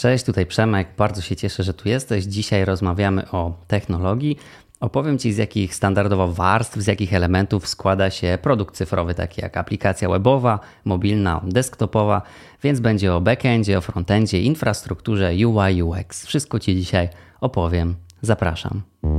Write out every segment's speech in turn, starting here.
Cześć, tutaj Przemek. Bardzo się cieszę, że tu jesteś. Dzisiaj rozmawiamy o technologii. Opowiem Ci, z jakich standardowo warstw, z jakich elementów składa się produkt cyfrowy, taki jak aplikacja webowa, mobilna, desktopowa, więc będzie o backendzie, o frontendzie, infrastrukturze, UI, UX. Wszystko Ci dzisiaj opowiem. Zapraszam.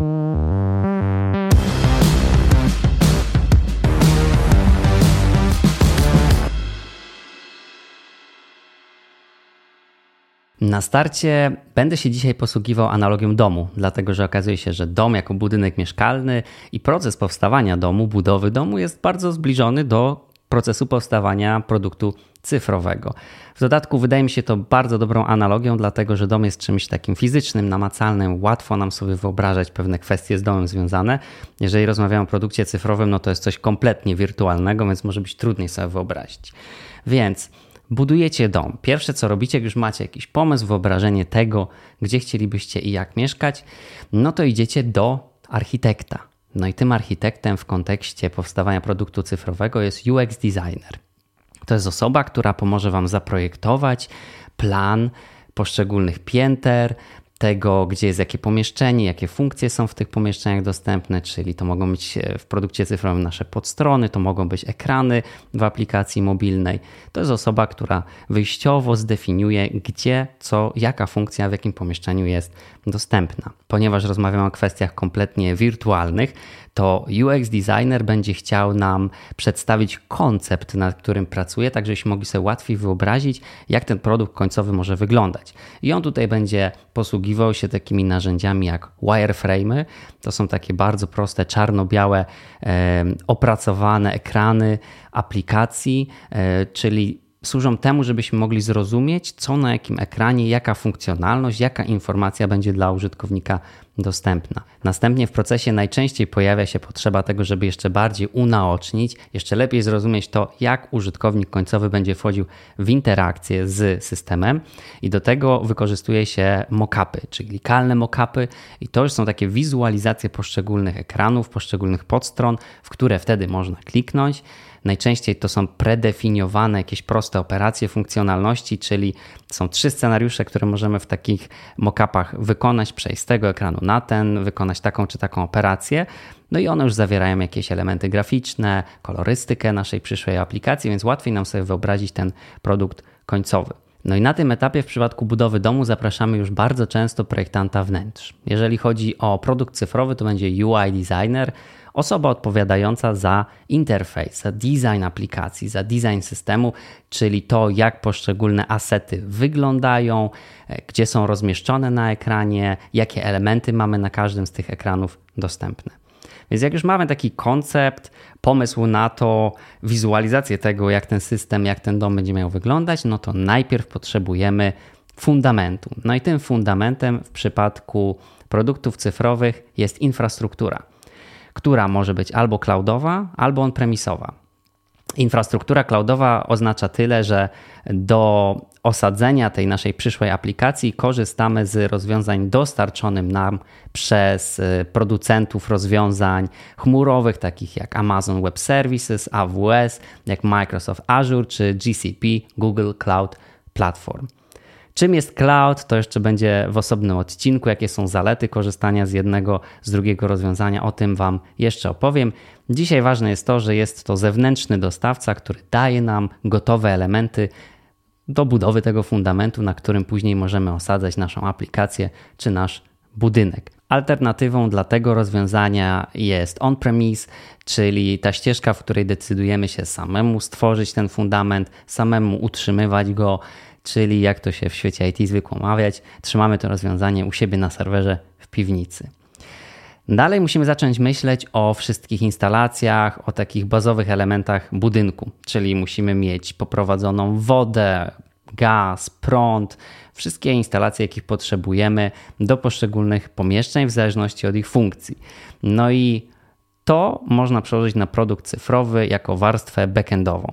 Na starcie będę się dzisiaj posługiwał analogią domu, dlatego że okazuje się, że dom jako budynek mieszkalny i proces powstawania domu, budowy domu jest bardzo zbliżony do procesu powstawania produktu cyfrowego. W dodatku wydaje mi się to bardzo dobrą analogią, dlatego że dom jest czymś takim fizycznym, namacalnym, łatwo nam sobie wyobrażać pewne kwestie z domem związane. Jeżeli rozmawiamy o produkcie cyfrowym, no to jest coś kompletnie wirtualnego, więc może być trudniej sobie wyobrazić. Więc budujecie dom. Pierwsze co robicie, jak już macie jakiś pomysł, wyobrażenie tego, gdzie chcielibyście i jak mieszkać, no to idziecie do architekta. No i tym architektem w kontekście powstawania produktu cyfrowego jest UX designer. To jest osoba, która pomoże Wam zaprojektować plan poszczególnych pięter, tego, gdzie jest jakie pomieszczenie, jakie funkcje są w tych pomieszczeniach dostępne, czyli to mogą być w produkcie cyfrowym nasze podstrony, to mogą być ekrany w aplikacji mobilnej. To jest osoba, która wyjściowo zdefiniuje, gdzie, co, jaka funkcja w jakim pomieszczeniu jest dostępna. Ponieważ rozmawiamy o kwestiach kompletnie wirtualnych, to UX designer będzie chciał nam przedstawić koncept, nad którym pracuje, tak żebyśmy mogli sobie łatwiej wyobrazić, jak ten produkt końcowy może wyglądać. I on tutaj będzie posługiwał się takimi narzędziami jak wireframe'y. To są takie bardzo proste, czarno-białe, opracowane ekrany aplikacji, czyli służą temu, żebyśmy mogli zrozumieć, co na jakim ekranie, jaka funkcjonalność, jaka informacja będzie dla użytkownika dostępna. Następnie w procesie najczęściej pojawia się potrzeba tego, żeby jeszcze bardziej unaocznić, jeszcze lepiej zrozumieć to, jak użytkownik końcowy będzie wchodził w interakcję z systemem i do tego wykorzystuje się mock-upy, czyli klikalne mock-upy i to już są takie wizualizacje poszczególnych ekranów, poszczególnych podstron, w które wtedy można kliknąć. Najczęściej to są predefiniowane jakieś proste operacje funkcjonalności, czyli są 3 scenariusze, które możemy w takich mock-upach wykonać, przejść z tego ekranu na ten, wykonać taką czy taką operację. No i one już zawierają jakieś elementy graficzne, kolorystykę naszej przyszłej aplikacji, więc łatwiej nam sobie wyobrazić ten produkt końcowy. No i na tym etapie w przypadku budowy domu zapraszamy już bardzo często projektanta wnętrz. Jeżeli chodzi o produkt cyfrowy, to będzie UI designer, osoba odpowiadająca za interfejs, za design aplikacji, za design systemu, czyli to, jak poszczególne asety wyglądają, gdzie są rozmieszczone na ekranie, jakie elementy mamy na każdym z tych ekranów dostępne. Więc jak już mamy taki koncept, pomysł na to, wizualizację tego, jak ten system, jak ten dom będzie miał wyglądać, no to najpierw potrzebujemy fundamentu. No i tym fundamentem w przypadku produktów cyfrowych jest infrastruktura, która może być albo cloudowa, albo on-premisowa. Infrastruktura cloudowa oznacza tyle, że do osadzenia tej naszej przyszłej aplikacji korzystamy z rozwiązań dostarczonych nam przez producentów rozwiązań chmurowych, takich jak Amazon Web Services, AWS, jak Microsoft Azure czy GCP, Google Cloud Platform. Czym jest cloud, to jeszcze będzie w osobnym odcinku, jakie są zalety korzystania z jednego, z drugiego rozwiązania, o tym Wam jeszcze opowiem. Dzisiaj ważne jest to, że jest to zewnętrzny dostawca, który daje nam gotowe elementy do budowy tego fundamentu, na którym później możemy osadzać naszą aplikację czy nasz budynek. Alternatywą dla tego rozwiązania jest on-premise, czyli ta ścieżka, w której decydujemy się samemu stworzyć ten fundament, samemu utrzymywać go, czyli jak to się w świecie IT zwykło mawiać, trzymamy to rozwiązanie u siebie na serwerze w piwnicy. Dalej musimy zacząć myśleć o wszystkich instalacjach, o takich bazowych elementach budynku, czyli musimy mieć poprowadzoną wodę, gaz, prąd, wszystkie instalacje, jakich potrzebujemy do poszczególnych pomieszczeń w zależności od ich funkcji. No i to można przełożyć na produkt cyfrowy jako warstwę backendową.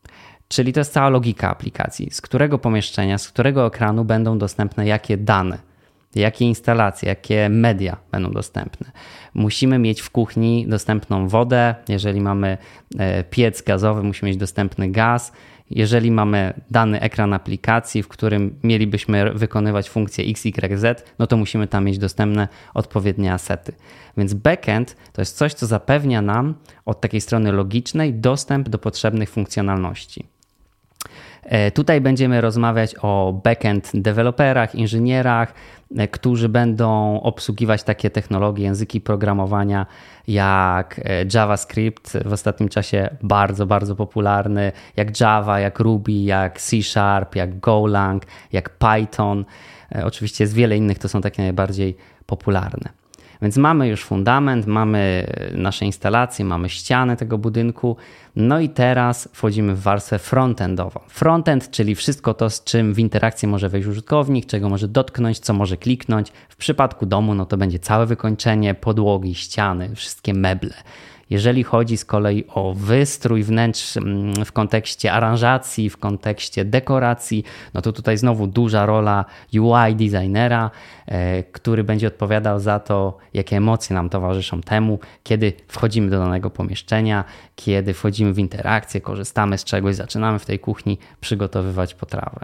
Czyli to jest cała logika aplikacji, z którego pomieszczenia, z którego ekranu będą dostępne jakie dane, jakie instalacje, jakie media będą dostępne. Musimy mieć w kuchni dostępną wodę, jeżeli mamy piec gazowy, musimy mieć dostępny gaz. Jeżeli mamy dany ekran aplikacji, w którym mielibyśmy wykonywać funkcje XYZ, no to musimy tam mieć dostępne odpowiednie asety. Więc backend to jest coś, co zapewnia nam od takiej strony logicznej dostęp do potrzebnych funkcjonalności. Tutaj będziemy rozmawiać o backend deweloperach, inżynierach, którzy będą obsługiwać takie technologie, języki programowania jak JavaScript, w ostatnim czasie bardzo, bardzo popularny, jak Java, jak Ruby, jak C#, jak Golang, jak Python. Oczywiście jest wiele innych, to są takie najbardziej popularne. Więc mamy już fundament, mamy nasze instalacje, mamy ściany tego budynku, no i teraz wchodzimy w warstwę frontendową. Frontend, czyli wszystko to, z czym w interakcję może wejść użytkownik, czego może dotknąć, co może kliknąć. W przypadku domu no to będzie całe wykończenie, podłogi, ściany, wszystkie meble. Jeżeli chodzi z kolei o wystrój wnętrz w kontekście aranżacji, w kontekście dekoracji, no to tutaj znowu duża rola UI designera, który będzie odpowiadał za to, jakie emocje nam towarzyszą temu, kiedy wchodzimy do danego pomieszczenia, kiedy wchodzimy w interakcję, korzystamy z czegoś, zaczynamy w tej kuchni przygotowywać potrawę.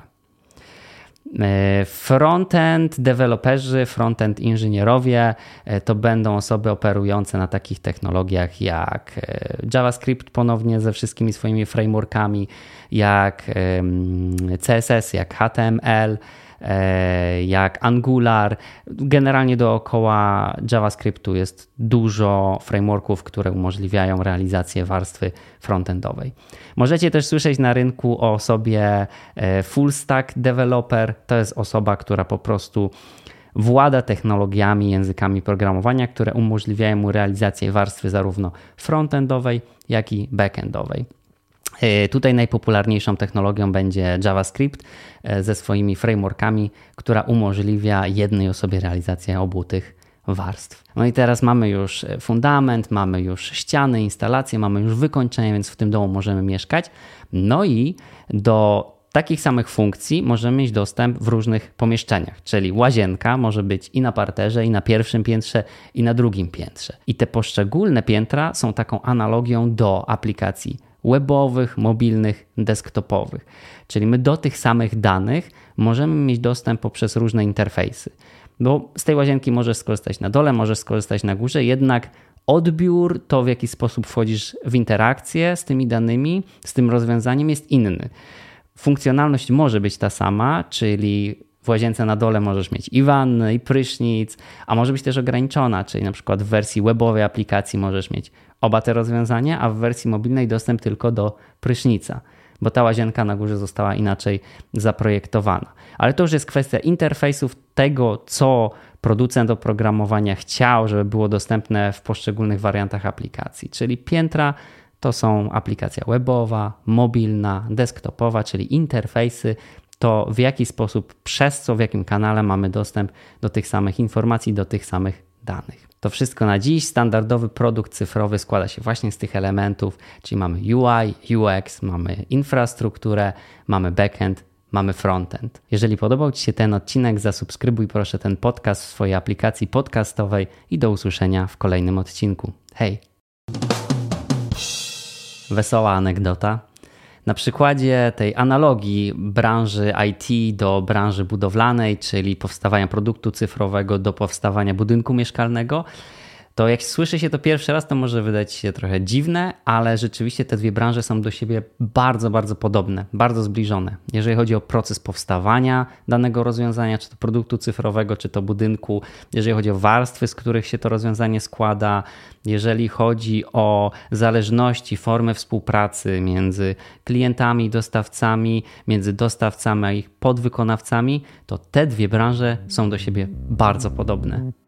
Frontend deweloperzy, frontend inżynierowie to będą osoby operujące na takich technologiach jak JavaScript ponownie ze wszystkimi swoimi frameworkami, jak CSS, jak HTML, jak Angular. Generalnie dookoła JavaScriptu jest dużo frameworków, które umożliwiają realizację warstwy frontendowej. Możecie też słyszeć na rynku o osobie full stack developer. To jest osoba, która po prostu włada technologiami, językami programowania, które umożliwiają mu realizację warstwy zarówno frontendowej, jak i backendowej. Tutaj najpopularniejszą technologią będzie JavaScript ze swoimi frameworkami, która umożliwia jednej osobie realizację obu tych warstw. No i teraz mamy już fundament, mamy już ściany, instalacje, mamy już wykończenie, więc w tym domu możemy mieszkać. No i do takich samych funkcji możemy mieć dostęp w różnych pomieszczeniach, czyli łazienka może być i na parterze, i na pierwszym piętrze, i na drugim piętrze. I te poszczególne piętra są taką analogią do aplikacji webowych, mobilnych, desktopowych. Czyli my do tych samych danych możemy mieć dostęp poprzez różne interfejsy. Bo z tej łazienki możesz skorzystać na dole, możesz skorzystać na górze, jednak odbiór, to w jaki sposób wchodzisz w interakcję z tymi danymi, z tym rozwiązaniem jest inny. Funkcjonalność może być ta sama, czyli w łazience na dole możesz mieć i wannę, i prysznic, a może być też ograniczona, czyli na przykład w wersji webowej aplikacji możesz mieć oba te rozwiązania, a w wersji mobilnej dostęp tylko do prysznica, bo ta łazienka na górze została inaczej zaprojektowana. Ale to już jest kwestia interfejsów, tego co producent oprogramowania chciał, żeby było dostępne w poszczególnych wariantach aplikacji, czyli piętra to są aplikacja webowa, mobilna, desktopowa, czyli interfejsy, to w jaki sposób, przez co, w jakim kanale mamy dostęp do tych samych informacji, do tych samych danych. To wszystko na dziś. Standardowy produkt cyfrowy składa się właśnie z tych elementów, czyli mamy UI, UX, mamy infrastrukturę, mamy backend, mamy frontend. Jeżeli podobał Ci się ten odcinek, zasubskrybuj proszę ten podcast w swojej aplikacji podcastowej i do usłyszenia w kolejnym odcinku. Hej! Wesoła anegdota. Na przykładzie tej analogii branży IT do branży budowlanej, czyli powstawania produktu cyfrowego do powstawania budynku mieszkalnego, to jak słyszy się to pierwszy raz, to może wydać się trochę dziwne, ale rzeczywiście te dwie branże są do siebie bardzo, bardzo podobne, bardzo zbliżone. Jeżeli chodzi o proces powstawania danego rozwiązania, czy to produktu cyfrowego, czy to budynku, jeżeli chodzi o warstwy, z których się to rozwiązanie składa, jeżeli chodzi o zależności, formy współpracy między klientami i dostawcami, między dostawcami a ich podwykonawcami, to te dwie branże są do siebie bardzo podobne.